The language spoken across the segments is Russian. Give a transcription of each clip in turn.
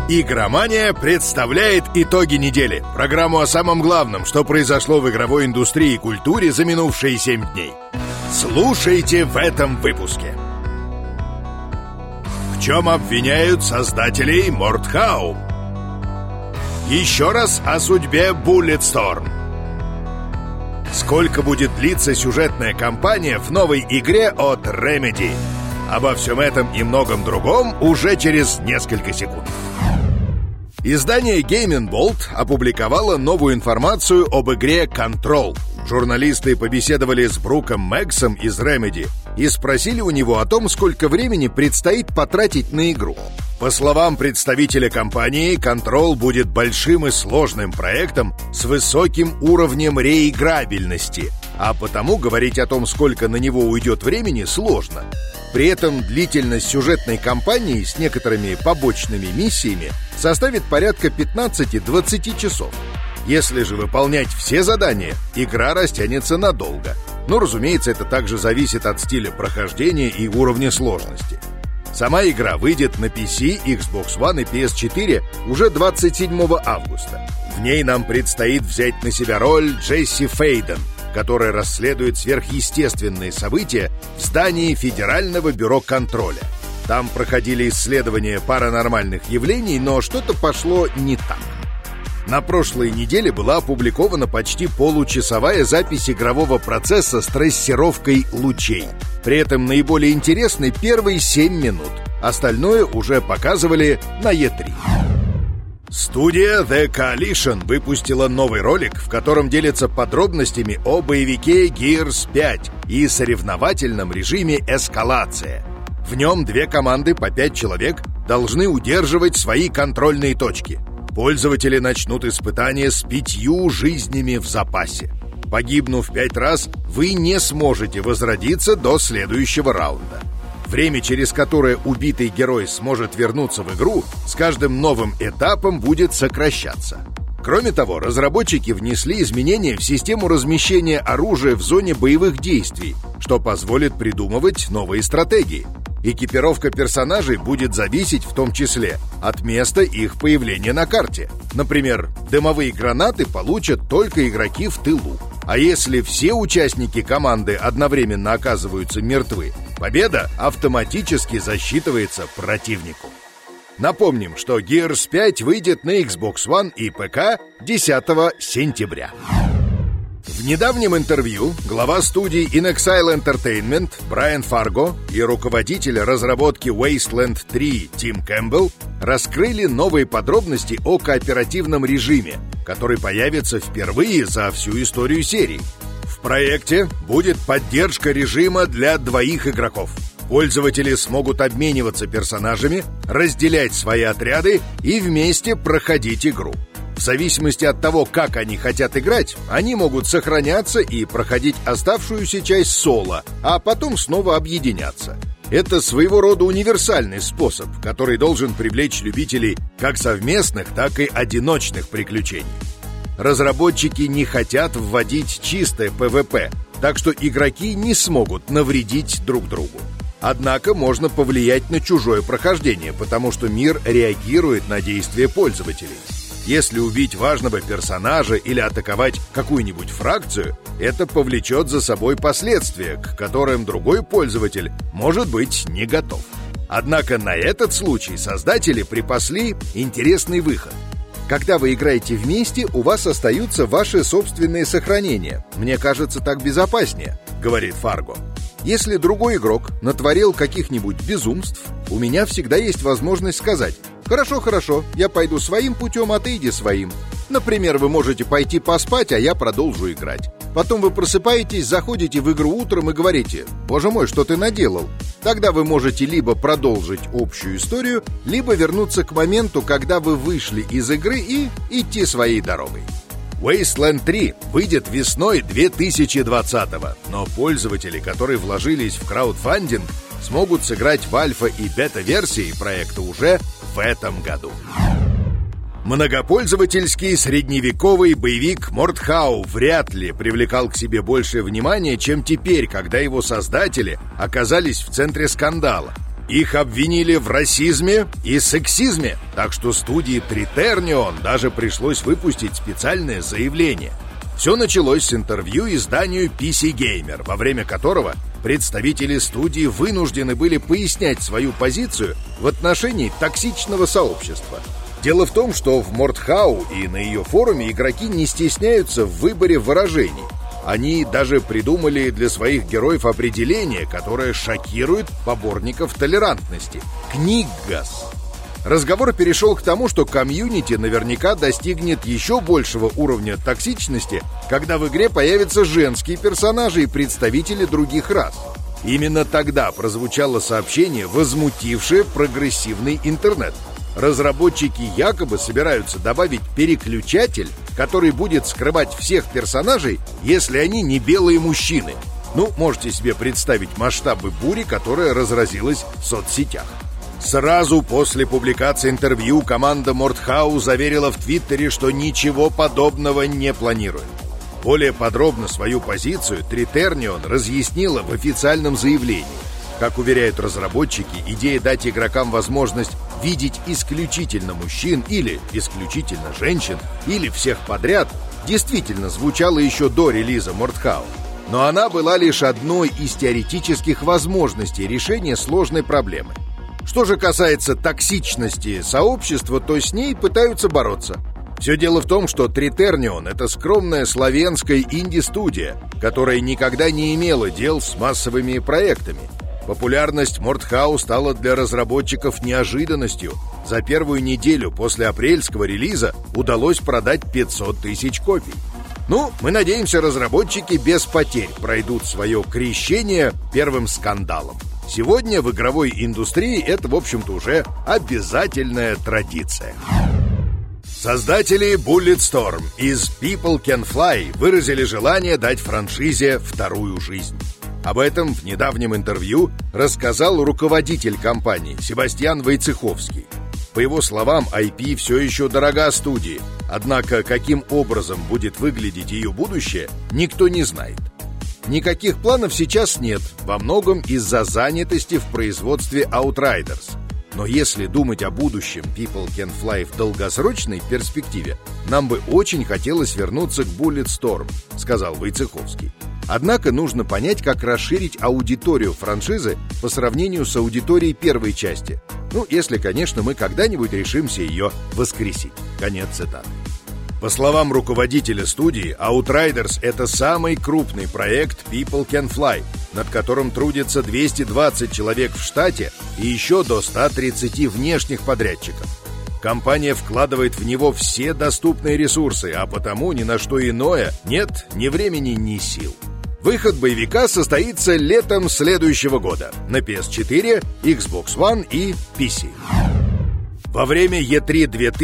Игромания представляет итоги недели. Программу о самом главном, что произошло в игровой индустрии и культуре за минувшие 7 дней. Слушайте в этом выпуске. В чем обвиняют создателей Mordhau? Еще раз о судьбе Bulletstorm. Сколько будет длиться сюжетная кампания в новой игре от Remedy? Обо всем этом и многом другом уже через несколько секунд. Издание Gaming Bolt опубликовало новую информацию об игре Control. Журналисты побеседовали с Бруком Мэксом из Remedy и спросили у него о том, сколько времени предстоит потратить на игру. По словам представителя компании, Control будет большим и сложным проектом с высоким уровнем реиграбельности, а потому говорить о том, сколько на него уйдет времени, сложно. При этом длительность сюжетной кампании с некоторыми побочными миссиями составит порядка 15-20 часов. Если же выполнять все задания, игра растянется надолго. Но, разумеется, это также зависит от стиля прохождения и уровня сложности. Сама игра выйдет на PC, Xbox One и PS4 уже 27 августа. В ней нам предстоит взять на себя роль Джесси Фейден, которая расследует сверхъестественные события в здании Федерального бюро контроля. Там проходили исследования паранормальных явлений, но что-то пошло не так. На прошлой неделе была опубликована почти получасовая запись игрового процесса с трассировкой лучей. При этом наиболее интересны первые 7 минут. Остальное уже показывали на E3. Студия The Coalition выпустила новый ролик, в котором делится подробностями о боевике Gears 5 и соревновательном режиме «Эскалация». В нем 2 команды по 5 человек должны удерживать свои контрольные точки. Пользователи начнут испытания с 5 жизнями в запасе. Погибнув 5 раз, вы не сможете возродиться до следующего раунда. Время, через которое убитый герой сможет вернуться в игру, с каждым новым этапом будет сокращаться. Кроме того, разработчики внесли изменения в систему размещения оружия в зоне боевых действий, что позволит придумывать новые стратегии. Экипировка персонажей будет зависеть в том числе от места их появления на карте. Например, дымовые гранаты получат только игроки в тылу. А если все участники команды одновременно оказываются мертвы, победа автоматически засчитывается противнику. Напомним, что Gears 5 выйдет на Xbox One и ПК 10 сентября. В недавнем интервью глава студии InXile Entertainment Брайан Фарго и руководитель разработки Wasteland 3 Тим Кэмпбелл раскрыли новые подробности о кооперативном режиме, который появится впервые за всю историю серии. В проекте будет поддержка режима для 2 игроков. Пользователи смогут обмениваться персонажами, разделять свои отряды и вместе проходить игру. В зависимости от того, как они хотят играть, они могут сохраняться и проходить оставшуюся часть соло, а потом снова объединяться. Это своего рода универсальный способ, который должен привлечь любителей как совместных, так и одиночных приключений. Разработчики не хотят вводить чистое PvP, так что игроки не смогут навредить друг другу. Однако можно повлиять на чужое прохождение, потому что мир реагирует на действия пользователей. Если убить важного персонажа или атаковать какую-нибудь фракцию, это повлечет за собой последствия, к которым другой пользователь может быть не готов. Однако на этот случай создатели припасли интересный выход. Когда вы играете вместе, у вас остаются ваши собственные сохранения. Мне кажется, так безопаснее, говорит Фарго. Если другой игрок натворил каких-нибудь безумств, у меня всегда есть возможность сказать: «Хорошо, я пойду своим путем, а ты иди своим». Например, вы можете пойти поспать, а я продолжу играть. Потом вы просыпаетесь, заходите в игру утром и говорите: «Боже мой, что ты наделал?» Тогда вы можете либо продолжить общую историю, либо вернуться к моменту, когда вы вышли из игры, и идти своей дорогой. Wasteland 3 выйдет весной 2020-го, но пользователи, которые вложились в краудфандинг, смогут сыграть в альфа и бета-версии проекта уже в этом году. Многопользовательский средневековый боевик Mordhau вряд ли привлекал к себе большее внимание, чем теперь, когда его создатели оказались в центре скандала. Их обвинили в расизме и сексизме, так что студии Triternion даже пришлось выпустить специальное заявление. Все началось с интервью изданию PC Gamer, во время которого представители студии вынуждены были пояснять свою позицию в отношении токсичного сообщества. Дело в том, что в Мордхау и на ее форуме игроки не стесняются в выборе выражений. Они даже придумали для своих героев определение, которое шокирует поборников толерантности – «книггас». Разговор перешел к тому, что комьюнити наверняка достигнет еще большего уровня токсичности, когда в игре появятся женские персонажи и представители других рас. Именно тогда прозвучало сообщение, возмутившее прогрессивный интернет. Разработчики якобы собираются добавить переключатель, который будет скрывать всех персонажей, если они не белые мужчины. Ну, можете себе представить масштабы бури, которая разразилась в соцсетях. Сразу после публикации интервью команда Мордхау заверила в Твиттере, что ничего подобного не планирует. Более подробно свою позицию Triternion разъяснила в официальном заявлении. Как уверяют разработчики, идея дать игрокам возможность видеть исключительно мужчин или исключительно женщин, или всех подряд, действительно звучала еще до релиза Мордхау. Но она была лишь одной из теоретических возможностей решения сложной проблемы. Что же касается токсичности сообщества, то с ней пытаются бороться. Все дело в том, что Triternion — это скромная славянская инди-студия, которая никогда не имела дел с массовыми проектами. Популярность Мордхау стала для разработчиков неожиданностью. За первую неделю после апрельского релиза удалось продать 500 тысяч копий. Ну, мы надеемся, разработчики без потерь пройдут свое крещение первым скандалом. Сегодня в игровой индустрии это, в общем-то, уже обязательная традиция. Создатели Bulletstorm из People Can Fly выразили желание дать франшизе вторую жизнь. Об этом в недавнем интервью рассказал руководитель компании Себастьян Войцеховский. По его словам, IP все еще дорога студии, однако каким образом будет выглядеть ее будущее, никто не знает. Никаких планов сейчас нет, во многом из-за занятости в производстве Outriders. Но если думать о будущем People Can Fly в долгосрочной перспективе, нам бы очень хотелось вернуться к Bulletstorm, сказал Войцеховский. Однако нужно понять, как расширить аудиторию франшизы по сравнению с аудиторией первой части. Ну, если, конечно, мы когда-нибудь решимся ее воскресить. Конец цитаты. По словам руководителя студии, Outriders — это самый крупный проект People Can Fly, над которым трудится 220 человек в штате и еще до 130 внешних подрядчиков. Компания вкладывает в него все доступные ресурсы, а потому ни на что иное нет ни времени, ни сил. Выход боевика состоится летом следующего года на PS4, Xbox One и PC. Во время E3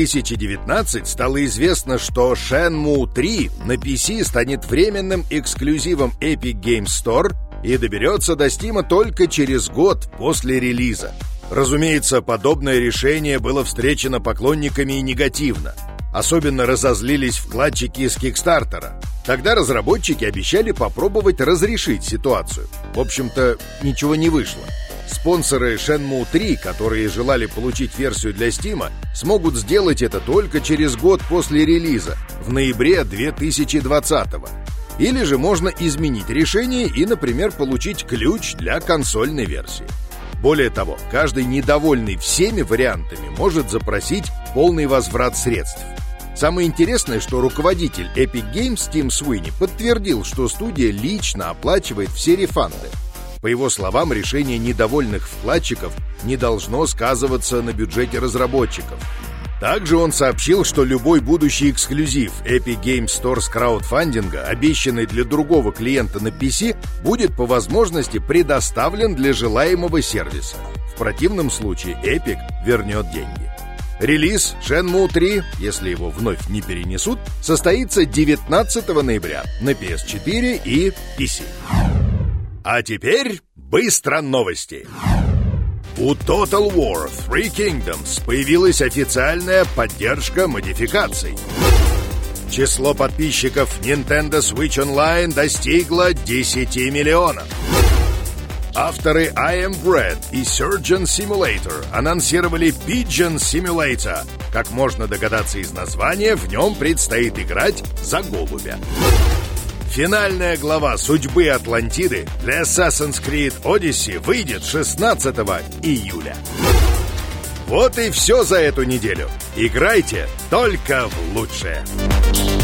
2019 стало известно, что Shenmue 3 на PC станет временным эксклюзивом Epic Games Store и доберется до Steam только через год после релиза. Разумеется, подобное решение было встречено поклонниками и негативно. Особенно разозлились вкладчики с Кикстартера. Тогда разработчики обещали попробовать разрешить ситуацию. В общем-то, ничего не вышло. Спонсоры Shenmue 3, которые желали получить версию для Steam, смогут сделать это только через год после релиза, в ноябре 2020-го. Или же можно изменить решение и, например, получить ключ для консольной версии. Более того, каждый недовольный всеми вариантами может запросить полный возврат средств. Самое интересное, что руководитель Epic Games Тим Суини подтвердил, что студия лично оплачивает все рефанды. По его словам, решение недовольных вкладчиков не должно сказываться на бюджете разработчиков. Также он сообщил, что любой будущий эксклюзив Epic Games Store с краудфандинга, обещанный для другого клиента на PC, будет по возможности предоставлен для желаемого сервиса. В противном случае Epic вернет деньги. Релиз Shenmue 3, если его вновь не перенесут, состоится 19 ноября на PS4 и PC. А теперь быстро новости. У Total War Three Kingdoms появилась официальная поддержка модификаций. Число подписчиков Nintendo Switch Online достигло 10 миллионов. Авторы I Am Bread и Surgeon Simulator анонсировали Pigeon Simulator. Как можно догадаться из названия, в нем предстоит играть за голубя. Финальная глава «Судьбы Атлантиды» для Assassin's Creed Odyssey выйдет 16 июля. Вот и все за эту неделю. Играйте только в лучшее.